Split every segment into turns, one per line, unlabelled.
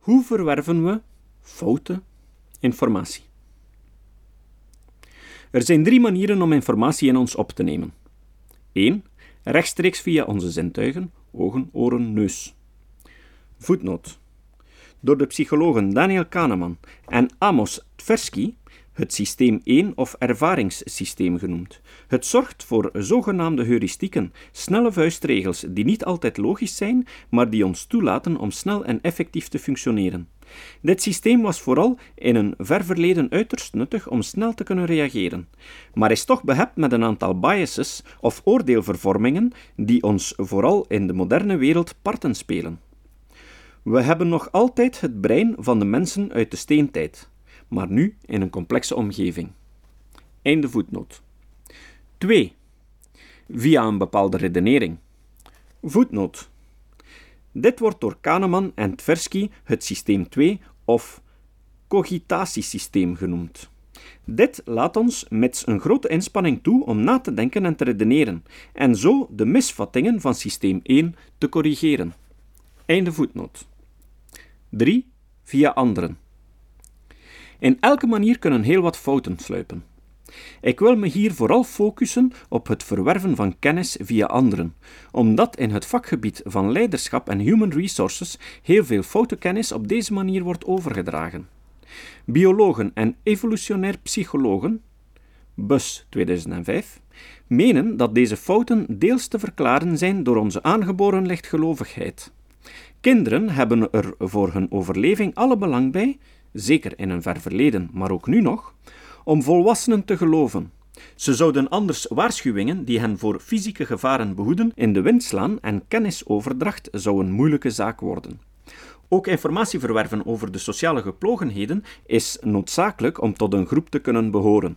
Hoe verwerven we foute informatie? Er zijn 3 manieren om informatie in ons op te nemen. 1. Rechtstreeks via onze zintuigen, ogen, oren, neus. Voetnoot. Door de psychologen Daniel Kahneman en Amos Tversky het systeem 1 of ervaringssysteem genoemd. Het zorgt voor zogenaamde heuristieken, snelle vuistregels die niet altijd logisch zijn, maar die ons toelaten om snel en effectief te functioneren. Dit systeem was vooral in een ver verleden uiterst nuttig om snel te kunnen reageren, maar is toch behept met een aantal biases of oordeelvervormingen die ons vooral in de moderne wereld parten spelen. We hebben nog altijd het brein van de mensen uit de steentijd, maar nu in een complexe omgeving. Einde voetnoot. 2. Via een bepaalde redenering. Voetnoot. Dit wordt door Kahneman en Tversky het systeem 2 of cogitatiesysteem genoemd. Dit laat ons met een grote inspanning toe om na te denken en te redeneren, en zo de misvattingen van systeem 1 te corrigeren. Einde voetnoot. 3. Via anderen. In elke manier kunnen heel wat fouten sluipen. Ik wil me hier vooral focussen op het verwerven van kennis via anderen, omdat in het vakgebied van leiderschap en human resources heel veel foute kennis op deze manier wordt overgedragen. Biologen en evolutionair psychologen, Buss 2005, menen dat deze fouten deels te verklaren zijn door onze aangeboren lichtgelovigheid. Kinderen hebben er voor hun overleving alle belang bij, zeker in een ver verleden, maar ook nu nog, om volwassenen te geloven. Ze zouden anders waarschuwingen die hen voor fysieke gevaren behoeden in de wind slaan en kennisoverdracht zou een moeilijke zaak worden. Ook informatie verwerven over de sociale geplogenheden is noodzakelijk om tot een groep te kunnen behoren.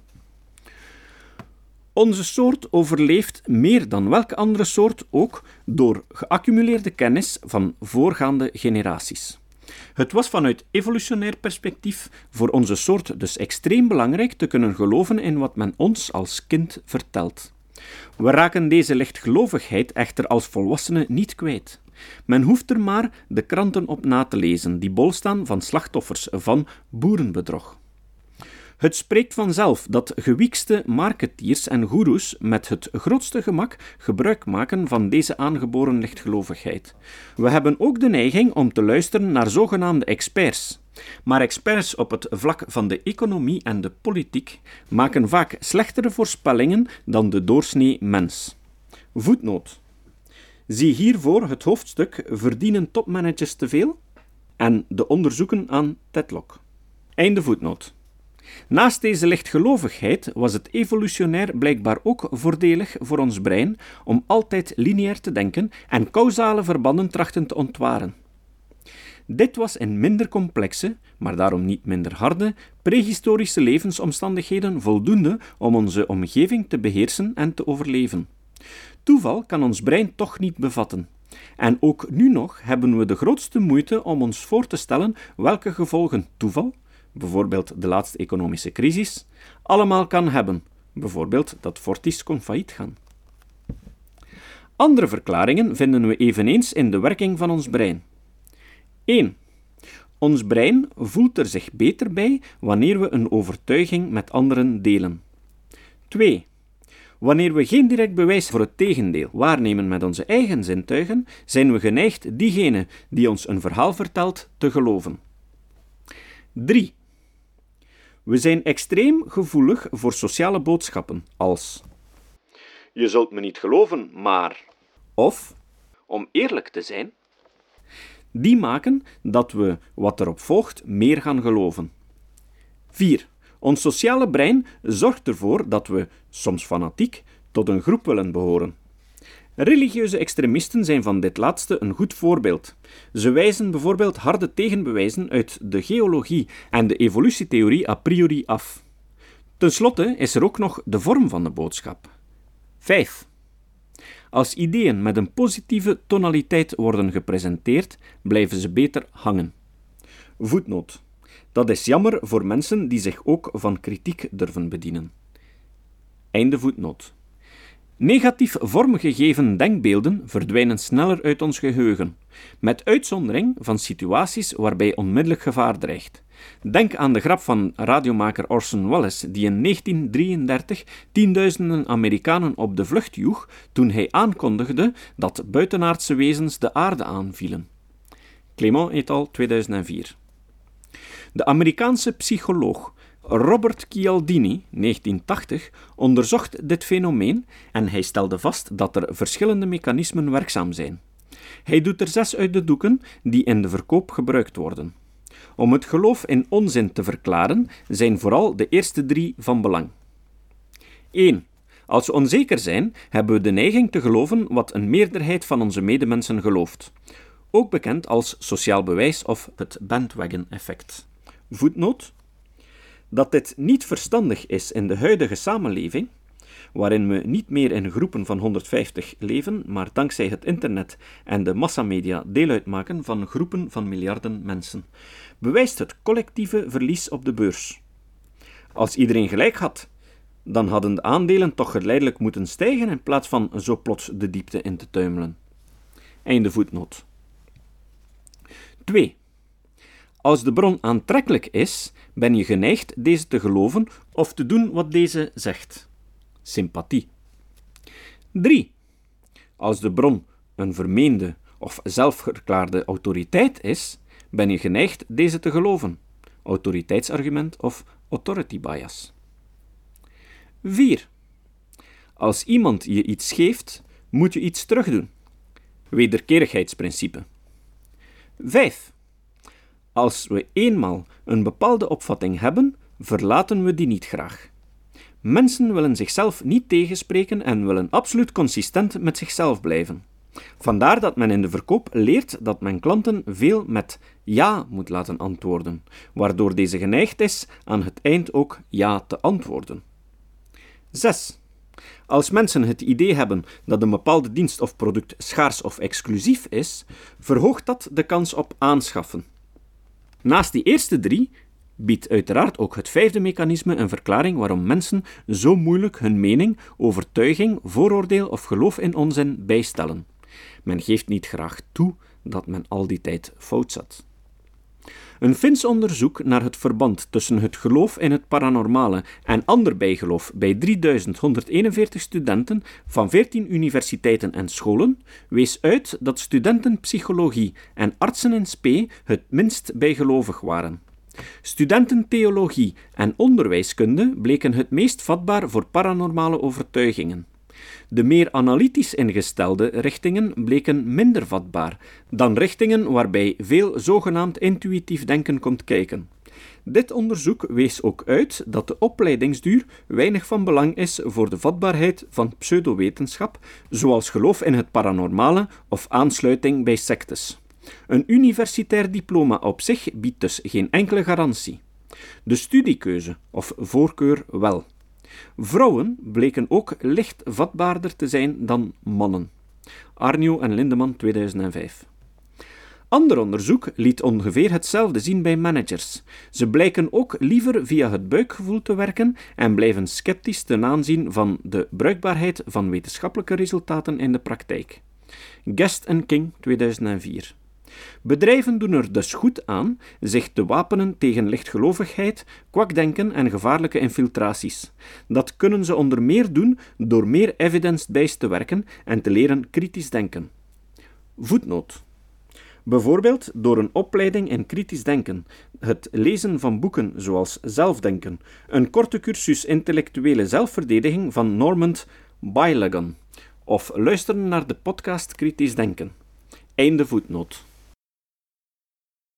Onze soort overleeft meer dan welke andere soort ook door geaccumuleerde kennis van voorgaande generaties. Het was vanuit evolutionair perspectief voor onze soort dus extreem belangrijk te kunnen geloven in wat men ons als kind vertelt. We raken deze lichtgelovigheid echter als volwassenen niet kwijt. Men hoeft er maar de kranten op na te lezen die bol staan van slachtoffers van boerenbedrog. Het spreekt vanzelf dat gewiekste marketeers en goeroes met het grootste gemak gebruik maken van deze aangeboren lichtgelovigheid. We hebben ook de neiging om te luisteren naar zogenaamde experts. Maar experts op het vlak van de economie en de politiek maken vaak slechtere voorspellingen dan de doorsnee mens. Voetnoot. Zie hiervoor het hoofdstuk Verdienen topmanagers te veel? En de onderzoeken aan Tetlock. Einde voetnoot. Naast deze lichtgelovigheid was het evolutionair blijkbaar ook voordelig voor ons brein om altijd lineair te denken en causale verbanden trachten te ontwaren. Dit was in minder complexe, maar daarom niet minder harde, prehistorische levensomstandigheden voldoende om onze omgeving te beheersen en te overleven. Toeval kan ons brein toch niet bevatten. En ook nu nog hebben we de grootste moeite om ons voor te stellen welke gevolgen toeval, bijvoorbeeld de laatste economische crisis, allemaal kan hebben, bijvoorbeeld dat Fortis kon failliet gaan. Andere verklaringen vinden we eveneens in de werking van ons brein. 1. Ons brein voelt er zich beter bij wanneer we een overtuiging met anderen delen. 2. Wanneer we geen direct bewijs voor het tegendeel waarnemen met onze eigen zintuigen, zijn we geneigd diegene die ons een verhaal vertelt te geloven. 3. We zijn extreem gevoelig voor sociale boodschappen als je zult me niet geloven, maar of om eerlijk te zijn. Die maken dat we wat erop volgt meer gaan geloven. 4. Ons sociale brein zorgt ervoor dat we, soms fanatiek, tot een groep willen behoren. Religieuze extremisten zijn van dit laatste een goed voorbeeld. Ze wijzen bijvoorbeeld harde tegenbewijzen uit de geologie en de evolutietheorie a priori af. Ten slotte is er ook nog de vorm van de boodschap. 5. Als ideeën met een positieve tonaliteit worden gepresenteerd, blijven ze beter hangen. Voetnoot. Dat is jammer voor mensen die zich ook van kritiek durven bedienen. Einde voetnoot. Negatief vormgegeven denkbeelden verdwijnen sneller uit ons geheugen, met uitzondering van situaties waarbij onmiddellijk gevaar dreigt. Denk aan de grap van radiomaker Orson Welles, die in 1933 tienduizenden Amerikanen op de vlucht joeg toen hij aankondigde dat buitenaardse wezens de aarde aanvielen. Clément et al. 2004. De Amerikaanse psycholoog Robert Cialdini, 1980, onderzocht dit fenomeen en hij stelde vast dat er verschillende mechanismen werkzaam zijn. Hij doet er 6 uit de doeken die in de verkoop gebruikt worden. Om het geloof in onzin te verklaren, zijn vooral de eerste 3 van belang. 1. Als we onzeker zijn, hebben we de neiging te geloven wat een meerderheid van onze medemensen gelooft. Ook bekend als sociaal bewijs of het bandwagon-effect. Voetnoot. Dat dit niet verstandig is in de huidige samenleving, waarin we niet meer in groepen van 150 leven, maar dankzij het internet en de massamedia deel uitmaken van groepen van miljarden mensen, bewijst het collectieve verlies op de beurs. Als iedereen gelijk had, dan hadden de aandelen toch geleidelijk moeten stijgen in plaats van zo plots de diepte in te tuimelen. Einde voetnoot. 2. Als de bron aantrekkelijk is, ben je geneigd deze te geloven of te doen wat deze zegt. Sympathie. 3. Als de bron een vermeende of zelfverklaarde autoriteit is, ben je geneigd deze te geloven. Autoriteitsargument of authority bias. 4. Als iemand je iets geeft, moet je iets terugdoen. Wederkerigheidsprincipe. 5. Als we eenmaal een bepaalde opvatting hebben, verlaten we die niet graag. Mensen willen zichzelf niet tegenspreken en willen absoluut consistent met zichzelf blijven. Vandaar dat men in de verkoop leert dat men klanten veel met ja moet laten antwoorden, waardoor deze geneigd is aan het eind ook ja te antwoorden. 6. Als mensen het idee hebben dat een bepaalde dienst of product schaars of exclusief is, verhoogt dat de kans op aanschaffen. Naast die eerste 3 biedt uiteraard ook het 5e mechanisme een verklaring waarom mensen zo moeilijk hun mening, overtuiging, vooroordeel of geloof in onzin bijstellen. Men geeft niet graag toe dat men al die tijd fout zat. Een Fins onderzoek naar het verband tussen het geloof in het paranormale en ander bijgeloof bij 3141 studenten van 14 universiteiten en scholen wees uit dat studenten psychologie en artsen in spe het minst bijgelovig waren. Studenten theologie en onderwijskunde bleken het meest vatbaar voor paranormale overtuigingen. De meer analytisch ingestelde richtingen bleken minder vatbaar dan richtingen waarbij veel zogenaamd intuïtief denken komt kijken. Dit onderzoek wees ook uit dat de opleidingsduur weinig van belang is voor de vatbaarheid van pseudowetenschap, zoals geloof in het paranormale of aansluiting bij sectes. Een universitair diploma op zich biedt dus geen enkele garantie. De studiekeuze of voorkeur wel. Vrouwen bleken ook licht vatbaarder te zijn dan mannen. Arnio en Lindeman 2005. Ander onderzoek liet ongeveer hetzelfde zien bij managers. Ze blijken ook liever via het buikgevoel te werken en blijven sceptisch ten aanzien van de bruikbaarheid van wetenschappelijke resultaten in de praktijk. Guest en King 2004. Bedrijven doen er dus goed aan zich te wapenen tegen lichtgelovigheid, kwakdenken en gevaarlijke infiltraties. Dat kunnen ze onder meer doen door meer evidence-based te werken en te leren kritisch denken. Voetnoot. Bijvoorbeeld door een opleiding in kritisch denken, het lezen van boeken zoals Zelfdenken, een korte cursus intellectuele zelfverdediging van Normand Bailagan, of luisteren naar de podcast Kritisch Denken. Einde voetnoot.